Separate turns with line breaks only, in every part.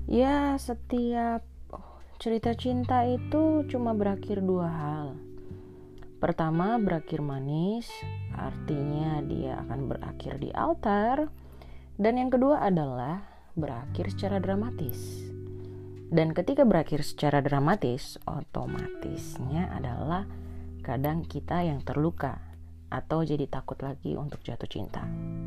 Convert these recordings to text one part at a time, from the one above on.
Ya, setiap cerita cinta itu cuma berakhir dua hal. Pertama, berakhir manis, artinya dia akan berakhir di altar. Dan yang kedua adalah berakhir secara dramatis. Dan ketika berakhir secara dramatis, otomatisnya adalah kadang kita yang terluka atau jadi takut lagi untuk jatuh cinta.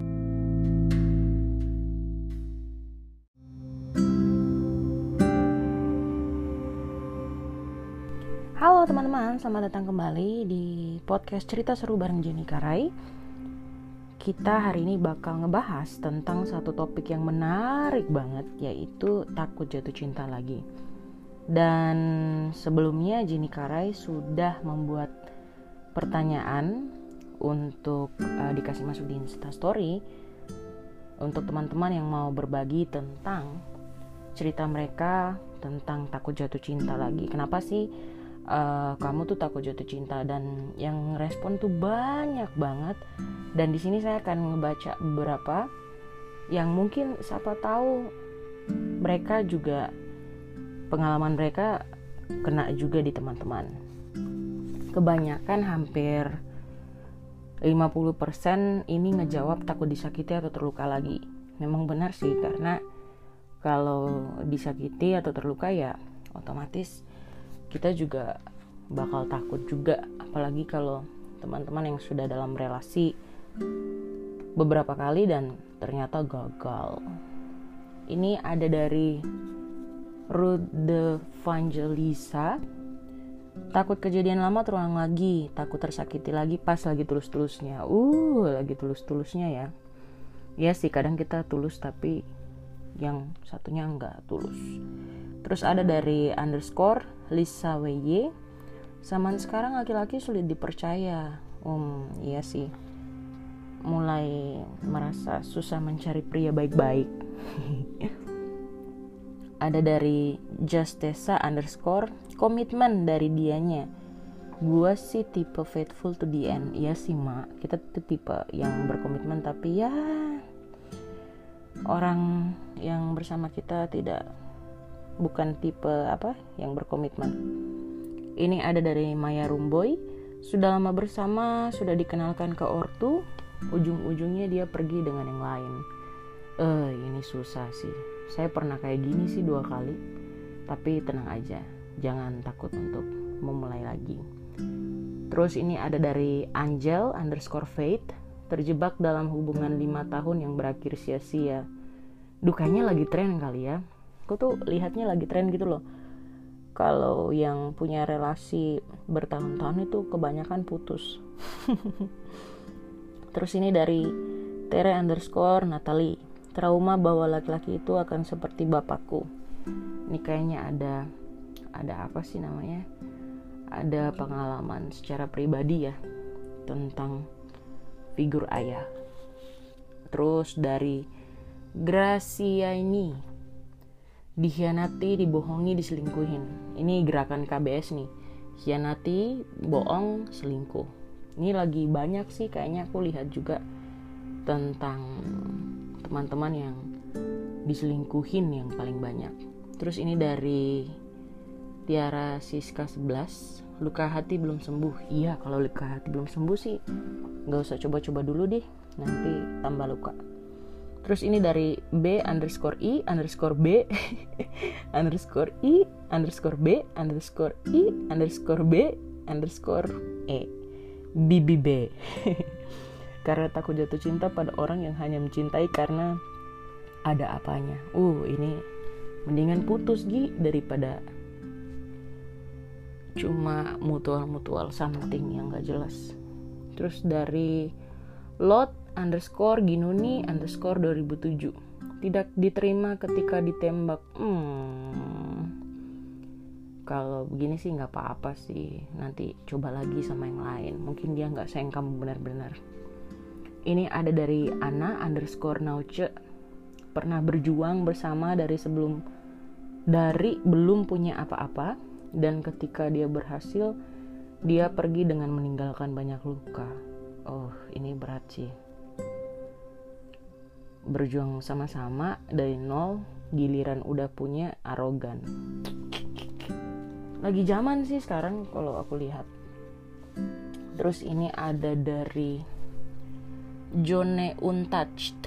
Halo teman-teman, selamat datang kembali di podcast Cerita Seru bareng Jenny Karai. Kita hari ini bakal ngebahas tentang satu topik yang menarik banget, yaitu takut jatuh cinta lagi. Dan sebelumnya Jenny Karai sudah membuat pertanyaan untuk dikasih masuk di Instastory untuk teman-teman yang mau berbagi tentang cerita mereka tentang takut jatuh cinta lagi. Kenapa sih kamu tuh takut jatuh cinta? Dan yang respon tuh banyak banget. Dan di sini saya akan ngebaca beberapa yang mungkin siapa tahu mereka juga pengalaman mereka kena juga di teman-teman. Kebanyakan hampir 50% ini ngejawab takut disakiti atau terluka lagi. Memang benar sih, karena kalau disakiti atau terluka ya otomatis kita juga bakal takut juga, apalagi kalau teman-teman yang sudah dalam relasi beberapa kali dan ternyata gagal. Ini ada dari Ruth Evangelisa. Takut kejadian lama terulang lagi, takut tersakiti lagi pas lagi tulus-tulusnya. Lagi tulus-tulusnya ya. Ya sih, kadang kita tulus tapi yang satunya enggak tulus. Terus ada dari _Lisa WY. Zaman sekarang laki-laki sulit dipercaya. Iya sih. Mulai merasa susah mencari pria baik-baik. Ada dari Justesa _ komitmen dari dianya. Gua sih tipe faithful to the end. Iya sih mak, kita tuh tipe yang berkomitmen, tapi ya orang yang bersama kita bukan tipe yang berkomitmen. Ini ada dari Maya Rumboy. Sudah lama bersama, sudah dikenalkan ke ortu, ujung-ujungnya dia pergi dengan yang lain. Ini susah sih. Saya pernah kayak gini sih 2 kali. Tapi tenang aja, jangan takut untuk memulai lagi. Terus ini ada dari Angel _Faith. Terjebak dalam hubungan 5 tahun yang berakhir sia-sia. Kayaknya lagi tren kali ya. Aku tuh lihatnya lagi tren gitu loh. Kalau yang punya relasi bertahun-tahun itu kebanyakan putus. Terus ini dari Tere _Natalie. Trauma bahwa laki-laki itu akan seperti bapakku. Ini kayaknya ada apa sih namanya? Ada pengalaman secara pribadi ya tentang figur ayah. Terus dari Gracia ini, dikhianati, dibohongi, diselingkuhin. Ini gerakan KBS nih. Khianati, bohong, selingkuh. Ini lagi banyak sih kayaknya, aku lihat juga tentang teman-teman yang diselingkuhin yang paling banyak. Terus ini dari Tiara Siska 11. Luka hati belum sembuh. Iya, kalau luka hati belum sembuh sih gak usah coba-coba dulu deh, nanti tambah luka. Terus ini dari B _I _B _I _B _E BBB. Karena takut jatuh cinta pada orang yang hanya mencintai karena ada apanya. Ini mendingan putus daripada cuma mutual something yang gak jelas. Terus dari Lot _Ginuni _2007. Tidak diterima ketika ditembak. Kalau begini sih gak apa-apa sih, nanti coba lagi sama yang lain, mungkin dia gak sayang kamu benar-benar. Ini ada dari Ana _Nauce. Pernah berjuang bersama dari belum punya apa-apa, dan ketika dia berhasil, dia pergi dengan meninggalkan banyak luka. Ini berat sih. berjuang sama-sama dari nol, giliran udah punya arogan. Lagi zaman sih sekarang kalau aku lihat. Terus ini ada dari John Untouched.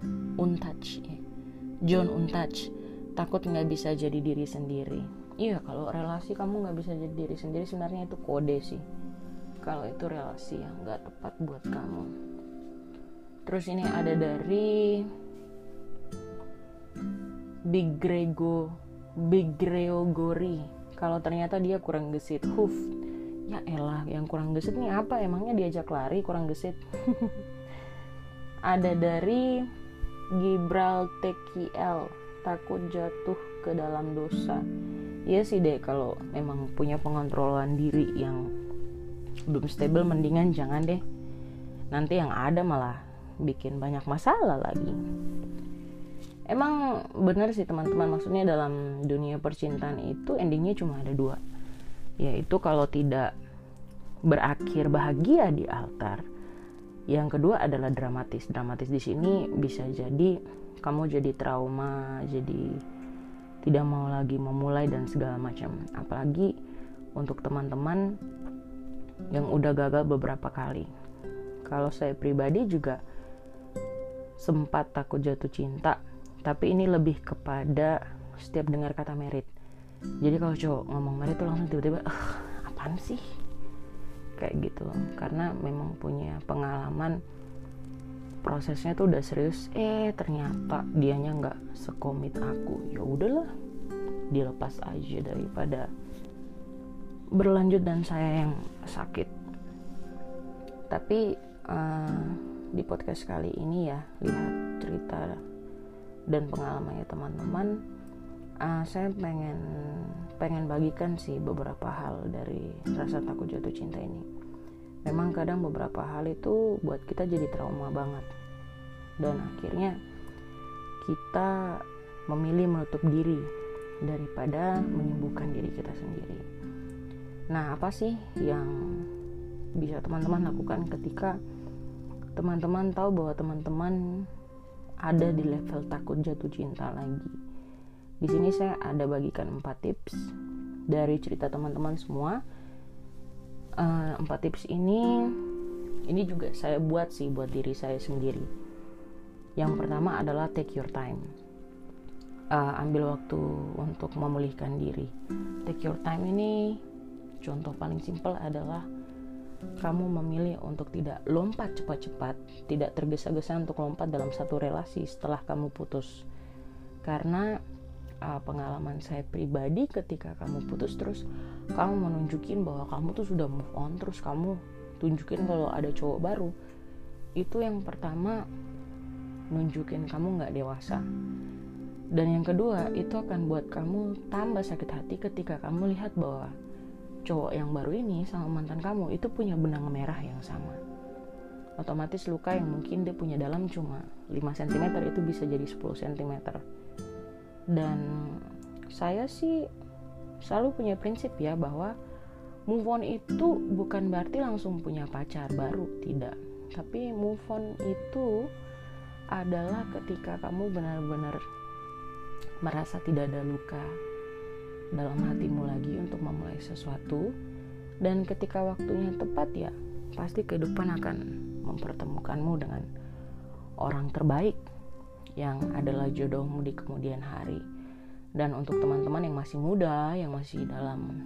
John Untouched. Takut gak bisa jadi diri sendiri. Iya, kalau relasi kamu gak bisa jadi diri sendiri, sebenarnya itu kode sih. Kalau itu relasi yang gak tepat buat kamu. Terus ini ada dari Big Gregory. Kalau ternyata dia kurang gesit. Ya elah, yang kurang gesit nih apa? Emangnya diajak lari kurang gesit? Ada dari Gibraltekiel, takut jatuh ke dalam dosa. Iya sih deh, kalau memang punya pengontrolan diri yang belum stable, mendingan jangan deh. Nanti yang ada malah bikin banyak masalah lagi. Emang benar sih teman-teman, maksudnya dalam dunia percintaan itu endingnya cuma ada dua, yaitu kalau tidak berakhir bahagia di altar, yang kedua adalah dramatis. Dramatis di sini bisa jadi kamu jadi trauma, jadi tidak mau lagi memulai dan segala macam. Apalagi untuk teman-teman yang udah gagal beberapa kali. Kalau saya pribadi juga sempat takut jatuh cinta, tapi ini lebih kepada setiap dengar kata merit. Jadi kalau cowok ngomong merit tuh langsung tiba-tiba apaan sih? Kayak gitu. Karena memang punya pengalaman prosesnya tuh udah serius, ternyata dianya nggak sekomit aku. Ya udahlah, dilepas aja daripada berlanjut dan saya yang sakit. Tapi di podcast kali ini ya, lihat cerita dan pengalamannya teman-teman, saya pengen bagikan sih beberapa hal dari rasa takut jatuh cinta ini. Memang kadang beberapa hal itu buat kita jadi trauma banget, dan akhirnya kita memilih menutup diri daripada menyembuhkan diri kita sendiri. Nah, apa sih yang bisa teman-teman lakukan ketika teman-teman tahu bahwa teman-teman ada di level takut jatuh cinta lagi? Di sini saya ada bagikan 4 tips dari cerita teman-teman semua. 4 tips ini juga saya buat sih buat diri saya sendiri. Yang pertama adalah take your time. Ambil waktu untuk memulihkan diri. Take your time ini contoh paling simpel adalah kamu memilih untuk tidak lompat cepat-cepat, tidak tergesa-gesa untuk lompat dalam satu relasi setelah kamu putus. Karena pengalaman saya pribadi, ketika kamu putus terus kamu menunjukin bahwa kamu tuh sudah move on, terus kamu tunjukin kalau ada cowok baru, itu yang pertama nunjukin kamu gak dewasa. Dan yang kedua, itu akan buat kamu tambah sakit hati ketika kamu lihat bahwa cowok yang baru ini sama mantan kamu itu punya benang merah yang sama. Otomatis luka yang mungkin dia punya dalam cuma 5 cm itu bisa jadi 10 cm. Dan saya sih selalu punya prinsip ya, bahwa move on itu bukan berarti langsung punya pacar baru, tidak. Tapi move on itu adalah ketika kamu benar-benar merasa tidak ada luka dalam hatimu lagi untuk memulai sesuatu, dan ketika waktunya tepat ya pasti kehidupan akan mempertemukanmu dengan orang terbaik yang adalah jodohmu di kemudian hari. Dan untuk teman-teman yang masih muda, yang masih dalam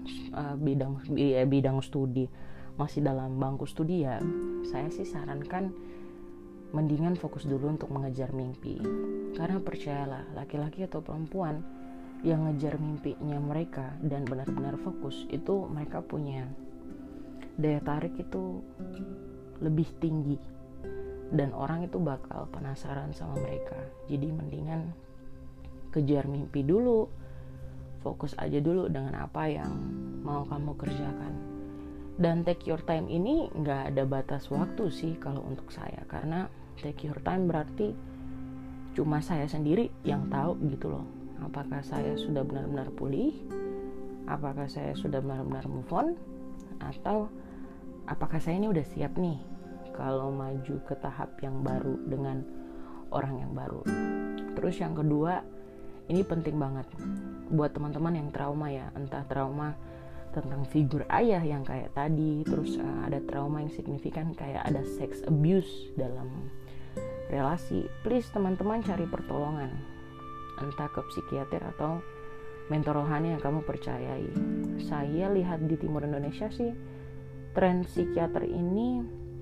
bidang studi, masih dalam bangku studi ya, saya sih sarankan mendingan fokus dulu untuk mengejar mimpi. Karena percayalah, laki-laki atau perempuan yang ngejar mimpinya mereka dan benar-benar fokus, itu mereka punya daya tarik itu lebih tinggi, dan orang itu bakal penasaran sama mereka. Jadi mendingan kejar mimpi dulu, fokus aja dulu dengan apa yang mau kamu kerjakan. Dan take your time ini gak ada batas waktu sih kalau untuk saya, karena take your time berarti cuma saya sendiri yang tahu gitu loh, apakah saya sudah benar-benar pulih, apakah saya sudah benar-benar move on, atau apakah saya ini udah siap nih kalau maju ke tahap yang baru dengan orang yang baru. Terus yang kedua, ini penting banget buat teman-teman yang trauma ya, entah trauma tentang figur ayah yang kayak tadi, terus ada trauma yang signifikan kayak ada sex abuse dalam relasi. Please teman-teman cari pertolongan, entah ke psikiater atau mentor rohani yang kamu percayai. Saya lihat di timur Indonesia sih tren psikiater ini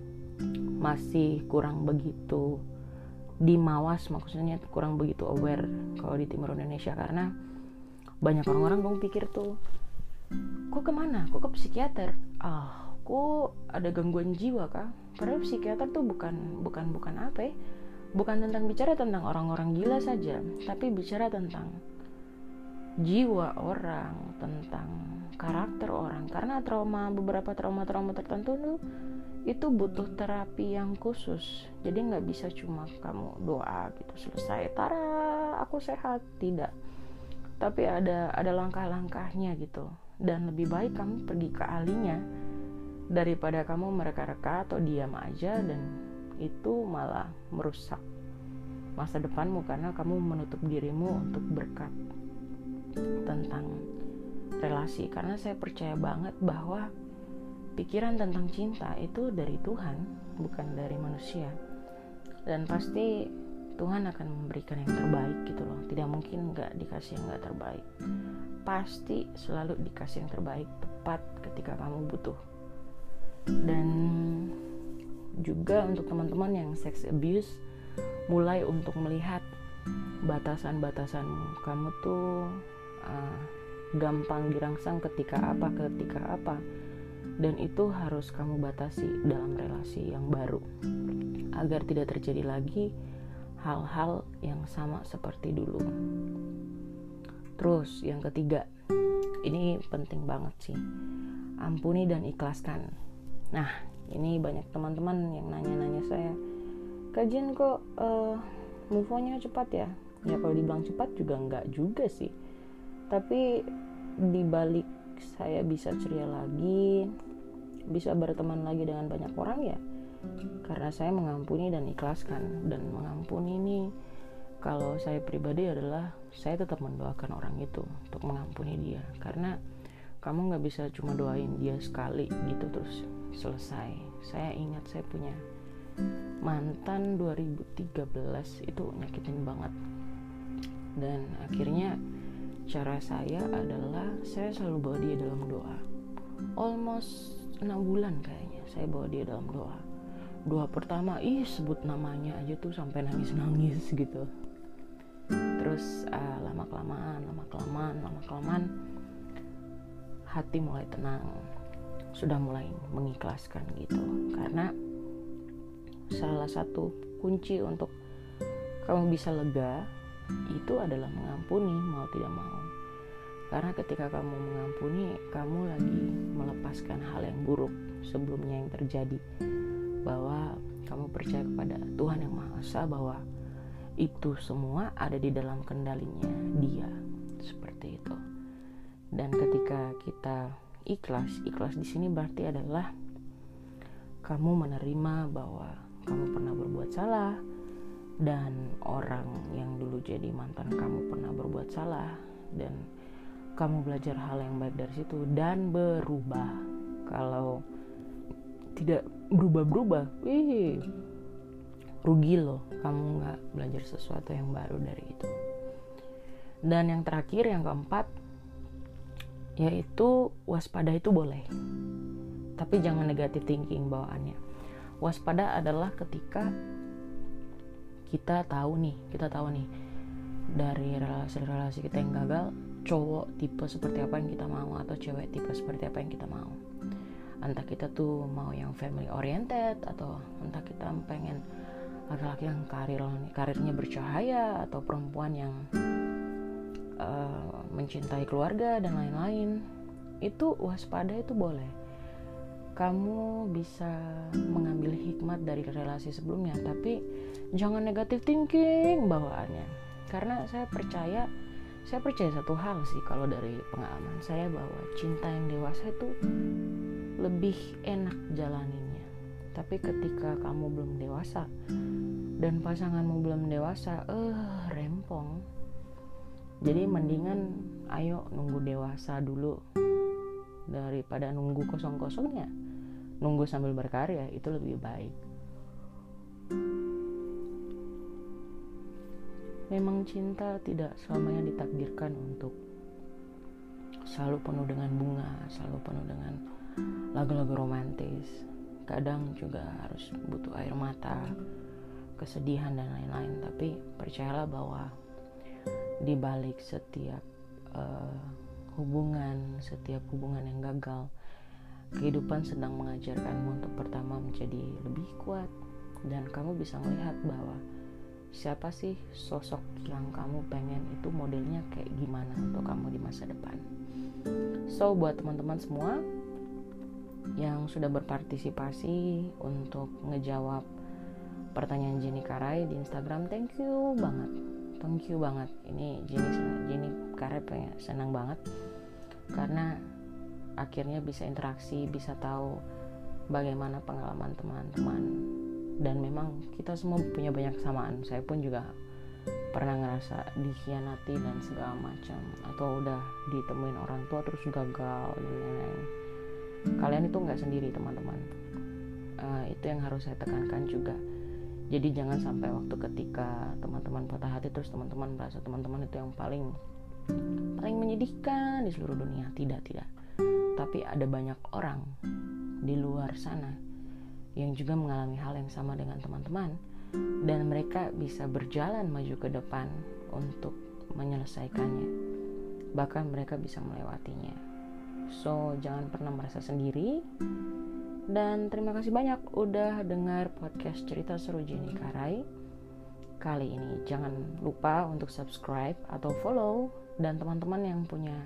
masih kurang begitu dimawas, maksudnya kurang begitu aware kalau di timur Indonesia, karena banyak orang-orang dong pikir tuh, kok kemana, kok ke psikiater, kok ada gangguan jiwa kah? Padahal psikiater tuh bukan apa ya, bukan tentang bicara tentang orang-orang gila saja, tapi bicara tentang jiwa orang, tentang karakter orang. Karena beberapa trauma tertentu tuh itu butuh terapi yang khusus. Jadi nggak bisa cuma kamu doa gitu selesai, tara aku sehat, tidak. Tapi ada langkah-langkahnya gitu. Dan lebih baik kamu pergi ke ahlinya daripada kamu mereka-reka atau diam aja, dan itu malah merusak masa depanmu karena kamu menutup dirimu untuk berkat tentang relasi. Karena saya percaya banget bahwa pikiran tentang cinta itu dari Tuhan, bukan dari manusia. Dan pasti Tuhan akan memberikan yang terbaik gitu loh. Tidak mungkin gak dikasih yang gak terbaik. Pasti selalu dikasih yang terbaik tepat ketika kamu butuh. Dan juga untuk teman-teman yang sex abuse, mulai untuk melihat batasan-batasanmu. Kamu tuh gampang dirangsang ketika apa. Dan itu harus kamu batasi dalam relasi yang baru agar tidak terjadi lagi hal-hal yang sama seperti dulu. Terus yang ketiga, ini penting banget sih, ampuni dan ikhlaskan. Nah, ini banyak teman-teman yang nanya-nanya saya, Kak Jen kok move on-nya cepat ya? Ya kalau dibilang cepat juga enggak juga sih, tapi dibalik saya bisa ceria lagi, bisa berteman lagi dengan banyak orang ya karena saya mengampuni dan ikhlaskan. Dan mengampuni ini kalau saya pribadi adalah saya tetap mendoakan orang itu untuk mengampuni dia, karena kamu gak bisa cuma doain dia sekali gitu terus selesai. Saya ingat saya punya mantan 2013 itu nyakitin banget, dan akhirnya cara saya adalah saya selalu bawa dia dalam doa. Almost 6 bulan kayaknya saya bawa dia dalam doa. Doa pertama, sebut namanya aja tuh sampai nangis-nangis gitu. Terus lama-kelamaan hati mulai tenang, sudah mulai mengikhlaskan gitu. Karena salah satu kunci untuk kamu bisa lega itu adalah mengampuni, mau tidak mau. Karena ketika kamu mengampuni, kamu lagi melepaskan hal yang buruk sebelumnya yang terjadi, bahwa kamu percaya kepada Tuhan Yang Maha Esa bahwa itu semua ada di dalam kendalinya Dia, seperti itu. Dan ketika kita ikhlas di sini berarti adalah kamu menerima bahwa kamu pernah berbuat salah, dan orang yang dulu jadi mantan kamu pernah berbuat salah, dan kamu belajar hal yang baik dari situ dan berubah. Kalau tidak berubah, rugi loh, kamu gak belajar sesuatu yang baru dari itu. Dan yang terakhir, yang keempat, yaitu waspada itu boleh, tapi jangan negative thinking bawaannya. Waspada adalah ketika kita tahu nih dari relasi kita yang gagal, cowok tipe seperti apa yang kita mau atau cewek tipe seperti apa yang kita mau. Entah kita tuh mau yang family oriented, atau entah kita pengen laki-laki yang karirnya bercahaya, atau perempuan yang mencintai keluarga dan lain-lain. Itu waspada itu boleh. Kamu bisa mengambil hikmat dari relasi sebelumnya, tapi jangan negative thinking bawaannya. Karena saya percaya satu hal sih, kalau dari pengalaman saya, bahwa cinta yang dewasa itu lebih enak jalaninnya. Tapi ketika kamu belum dewasa dan pasanganmu belum dewasa, rempong. Jadi mendingan ayo nunggu dewasa dulu daripada nunggu kosong-kosongnya. Nunggu sambil berkarya itu lebih baik. Memang cinta tidak selamanya ditakdirkan untuk selalu penuh dengan bunga, selalu penuh dengan lagu-lagu romantis. Kadang juga harus butuh air mata, kesedihan dan lain-lain. Tapi percayalah bahwa di balik setiap setiap hubungan yang gagal, kehidupan sedang mengajarkanmu untuk pertama menjadi lebih kuat. Dan kamu bisa melihat bahwa siapa sih sosok yang kamu pengen itu modelnya kayak gimana untuk kamu di masa depan. So buat teman-teman semua yang sudah berpartisipasi untuk ngejawab pertanyaan Jenny Karai di Instagram, thank you banget. Ini Jenny Karai senang banget karena akhirnya bisa interaksi, bisa tahu bagaimana pengalaman teman-teman. Dan memang kita semua punya banyak kesamaan. Saya pun juga pernah ngerasa dikhianati dan segala macam, atau udah ditemuin orang tua terus gagal dan lain-lain. Kalian itu gak sendiri teman-teman. Itu yang harus saya tekankan juga. Jadi jangan sampai waktu ketika teman-teman patah hati terus teman-teman merasa teman-teman itu yang paling menyedihkan di seluruh dunia. Tidak. Tapi ada banyak orang di luar sana yang juga mengalami hal yang sama dengan teman-teman, dan mereka bisa berjalan maju ke depan untuk menyelesaikannya, bahkan mereka bisa melewatinya. So jangan pernah merasa sendiri, dan terima kasih banyak udah dengar podcast Cerita Seru Jenny Karai kali ini. Jangan lupa untuk subscribe atau follow, dan teman-teman yang punya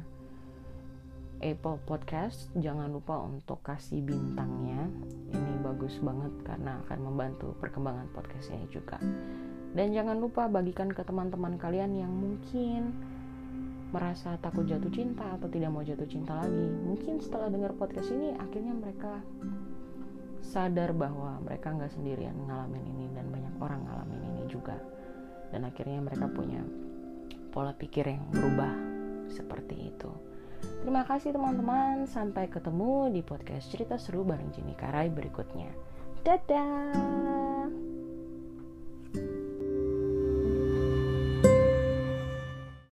Apple Podcast jangan lupa untuk kasih bintangnya. Ini bagus banget karena akan membantu perkembangan podcast ini juga. Dan jangan lupa bagikan ke teman-teman kalian yang mungkin merasa takut jatuh cinta atau tidak mau jatuh cinta lagi. Mungkin setelah dengar podcast ini akhirnya mereka sadar bahwa mereka gak sendirian ngalamin ini, dan banyak orang ngalamin ini juga. Dan akhirnya mereka punya pola pikir yang berubah seperti itu. Terima kasih teman-teman, sampai ketemu di podcast Cerita Seru bareng Jenny Karai berikutnya. Dadah.